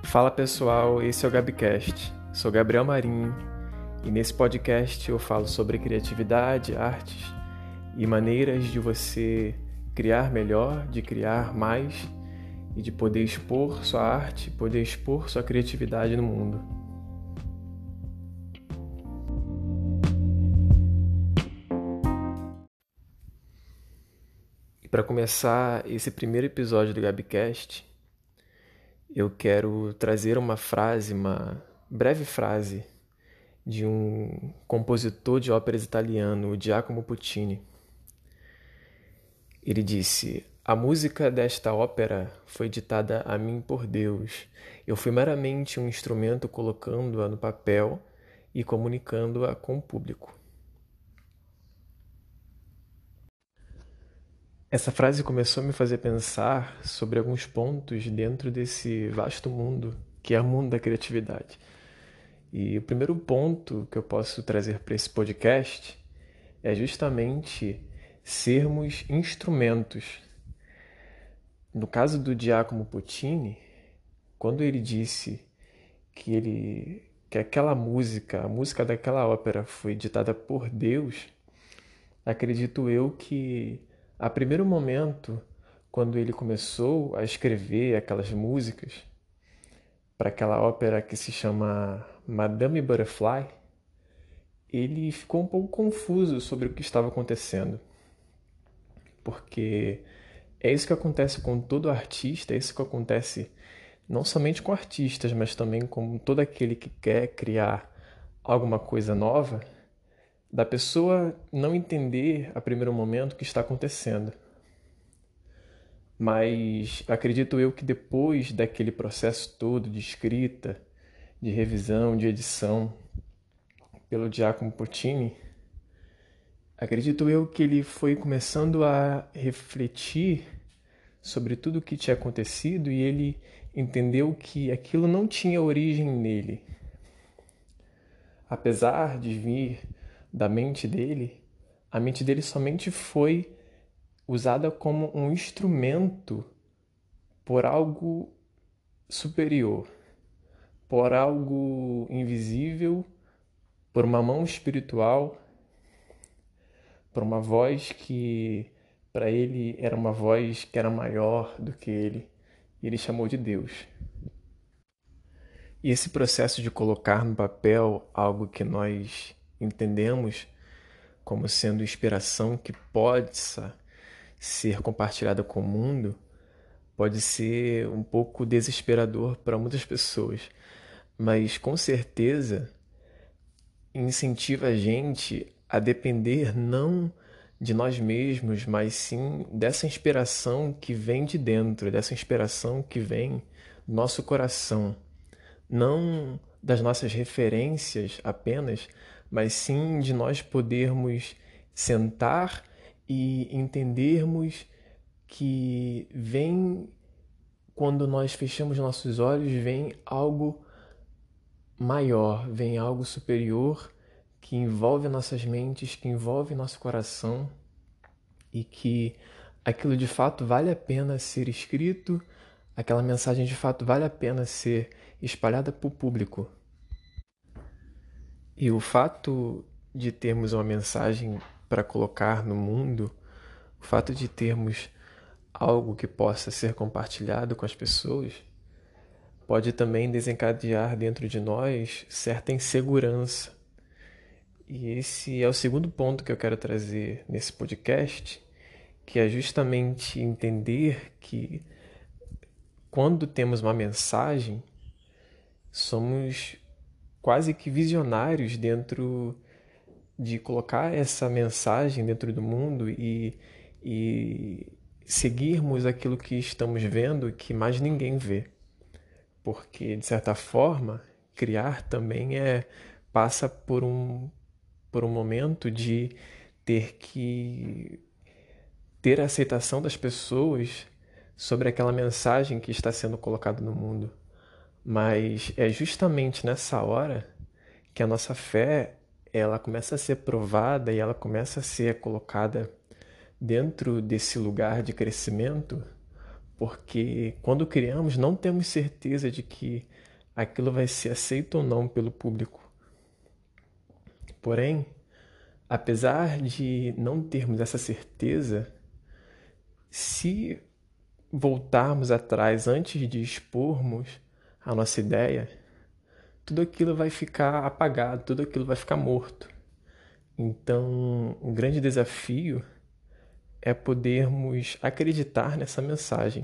Fala pessoal, esse é o GabiCast. Sou Gabriel Marinho e nesse podcast eu falo sobre criatividade, artes e maneiras de você criar melhor, de criar mais e de poder expor sua arte, poder expor sua criatividade no mundo. E para começar esse primeiro episódio do GabiCast, eu quero trazer uma breve frase de um compositor de óperas italiano, o Giacomo Puccini. Ele disse: "A música desta ópera foi ditada a mim por Deus. Eu fui meramente um instrumento colocando-a no papel e comunicando-a com o público." Essa frase começou a me fazer pensar sobre alguns pontos dentro desse vasto mundo que é o mundo da criatividade. E o primeiro ponto que eu posso trazer para esse podcast é justamente sermos instrumentos. No caso do Giacomo Puccini, quando ele disse que aquela música, a música daquela ópera foi ditada por Deus, acredito eu que a primeiro momento, quando ele começou a escrever aquelas músicas para aquela ópera que se chama Madame Butterfly, ele ficou um pouco confuso sobre o que estava acontecendo. Porque é isso que acontece com todo artista, é isso que acontece não somente com artistas, mas também com todo aquele que quer criar alguma coisa nova, da pessoa não entender a primeiro momento o que está acontecendo. Mas acredito eu que depois daquele processo todo de escrita, de revisão, de edição pelo Giacomo Puccini, acredito eu que ele foi começando a refletir sobre tudo o que tinha acontecido e ele entendeu que aquilo não tinha origem nele. Apesar de vir da mente dele, a mente dele somente foi usada como um instrumento por algo superior, por algo invisível, por uma mão espiritual, por uma voz que para ele era uma voz que era maior do que ele, e ele chamou de Deus. E esse processo de colocar no papel algo que nós entendemos como sendo inspiração que possa ser compartilhada com o mundo, pode ser um pouco desesperador para muitas pessoas, mas com certeza incentiva a gente a depender não de nós mesmos, mas sim dessa inspiração que vem de dentro, dessa inspiração que vem do nosso coração. Não das nossas referências apenas, mas sim de nós podermos sentar e entendermos que vem, quando nós fechamos nossos olhos, vem algo maior, vem algo superior que envolve nossas mentes, que envolve nosso coração e que aquilo de fato vale a pena ser escrito, aquela mensagem de fato vale a pena ser espalhada para o público. E o fato de termos uma mensagem para colocar no mundo, o fato de termos algo que possa ser compartilhado com as pessoas, pode também desencadear dentro de nós certa insegurança. E esse é o segundo ponto que eu quero trazer nesse podcast, que é justamente entender que quando temos uma mensagem, somos quase que visionários dentro de colocar essa mensagem dentro do mundo e seguirmos aquilo que estamos vendo que mais ninguém vê. Porque, de certa forma, criar também passa por um momento de ter que ter a aceitação das pessoas sobre aquela mensagem que está sendo colocada no mundo. Mas é justamente nessa hora que a nossa fé ela começa a ser provada e ela começa a ser colocada dentro desse lugar de crescimento, porque quando criamos não temos certeza de que aquilo vai ser aceito ou não pelo público. Porém, apesar de não termos essa certeza, se voltarmos atrás antes de expormos a nossa ideia, tudo aquilo vai ficar apagado, tudo aquilo vai ficar morto. Então, o grande desafio é podermos acreditar nessa mensagem.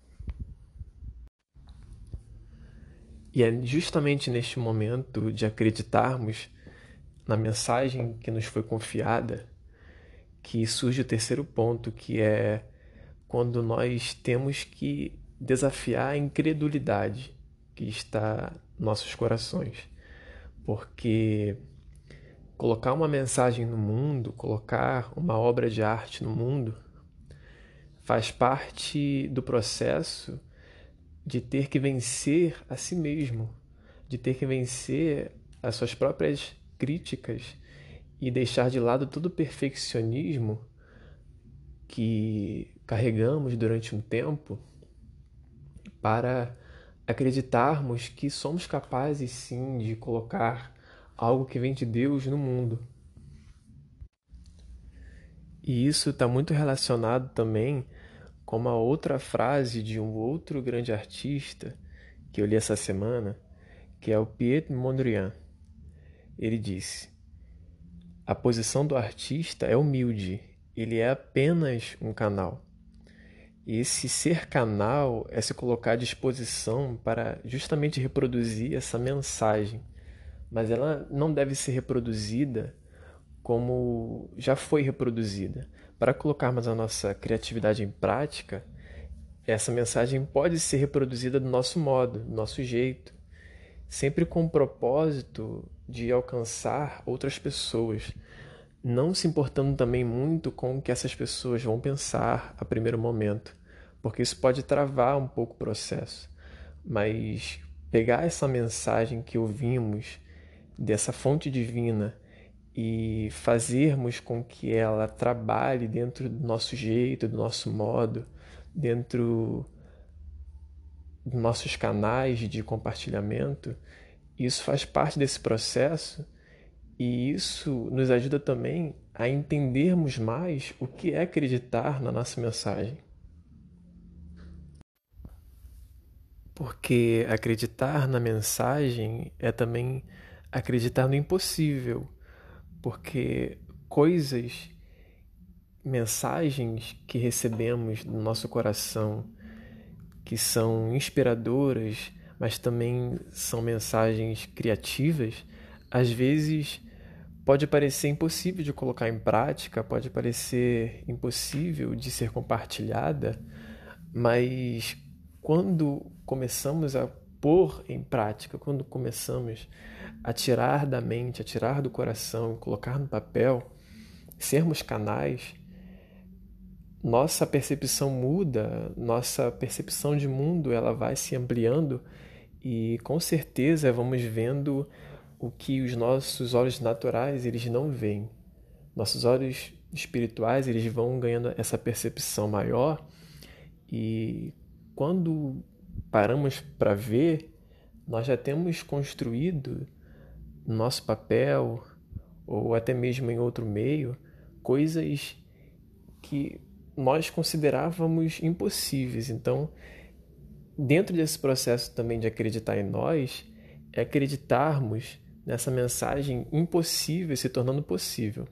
E é justamente neste momento de acreditarmos na mensagem que nos foi confiada que surge o terceiro ponto, que é quando nós temos que desafiar a incredulidade que está em nossos corações. Porque colocar uma mensagem no mundo, colocar uma obra de arte no mundo, faz parte do processo de ter que vencer a si mesmo, de ter que vencer as suas próprias críticas e deixar de lado todo o perfeccionismo que carregamos durante um tempo para acreditarmos que somos capazes sim de colocar algo que vem de Deus no mundo. E isso está muito relacionado também com uma outra frase de um outro grande artista que eu li essa semana, que é o Piet Mondrian. Ele disse: a posição do artista é humilde, ele é apenas um canal. E esse ser canal é se colocar à disposição para justamente reproduzir essa mensagem. Mas ela não deve ser reproduzida como já foi reproduzida. Para colocarmos a nossa criatividade em prática, essa mensagem pode ser reproduzida do nosso modo, do nosso jeito, sempre com o propósito de alcançar outras pessoas, não se importando também muito com o que essas pessoas vão pensar a primeiro momento, porque isso pode travar um pouco o processo. Mas pegar essa mensagem que ouvimos dessa fonte divina e fazermos com que ela trabalhe dentro do nosso jeito, do nosso modo, dentro dos nossos canais de compartilhamento, isso faz parte desse processo e isso nos ajuda também a entendermos mais o que é acreditar na nossa mensagem. Porque acreditar na mensagem é também acreditar no impossível, porque coisas, mensagens que recebemos do nosso coração, que são inspiradoras, mas também são mensagens criativas, às vezes pode parecer impossível de colocar em prática, pode parecer impossível de ser compartilhada, mas quando começamos a pôr em prática, quando começamos a tirar da mente, a tirar do coração, colocar no papel, sermos canais, nossa percepção muda, nossa percepção de mundo ela vai se ampliando e com certeza vamos vendo o que os nossos olhos naturais eles não veem. Nossos olhos espirituais eles vão ganhando essa percepção maior e quando paramos para ver, nós já temos construído no nosso papel ou até mesmo em outro meio coisas que nós considerávamos impossíveis. Então, dentro desse processo também de acreditar em nós, é acreditarmos nessa mensagem impossível se tornando possível.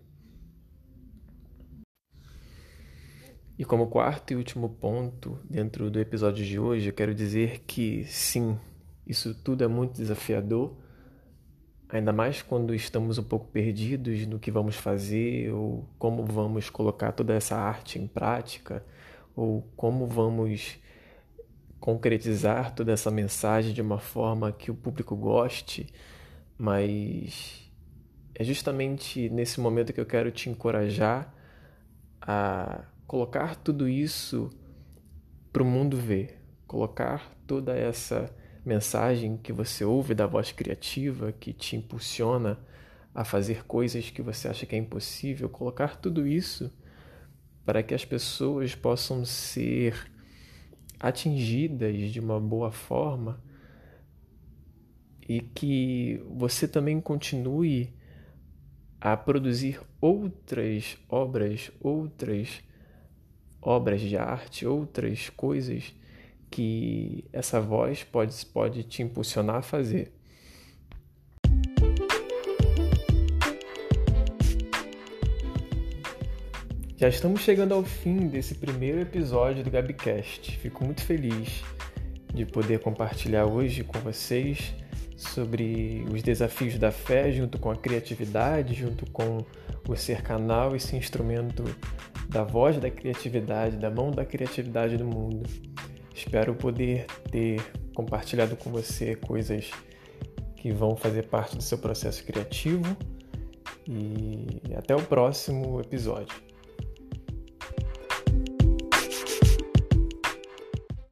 E como quarto e último ponto dentro do episódio de hoje, eu quero dizer que sim, isso tudo é muito desafiador, ainda mais quando estamos um pouco perdidos no que vamos fazer ou como vamos colocar toda essa arte em prática ou como vamos concretizar toda essa mensagem de uma forma que o público goste, mas é justamente nesse momento que eu quero te encorajar a colocar tudo isso para o mundo ver, colocar toda essa mensagem que você ouve da voz criativa, que te impulsiona a fazer coisas que você acha que é impossível, colocar tudo isso para que as pessoas possam ser atingidas de uma boa forma e que você também continue a produzir outras obras de arte, outras coisas que essa voz pode te impulsionar a fazer. Já estamos chegando ao fim desse primeiro episódio do Gabicast. Fico muito feliz de poder compartilhar hoje com vocês sobre os desafios da fé junto com a criatividade, junto com o ser canal, esse instrumento da voz da criatividade, da mão da criatividade no mundo. Espero poder ter compartilhado com você coisas que vão fazer parte do seu processo criativo e até o próximo episódio.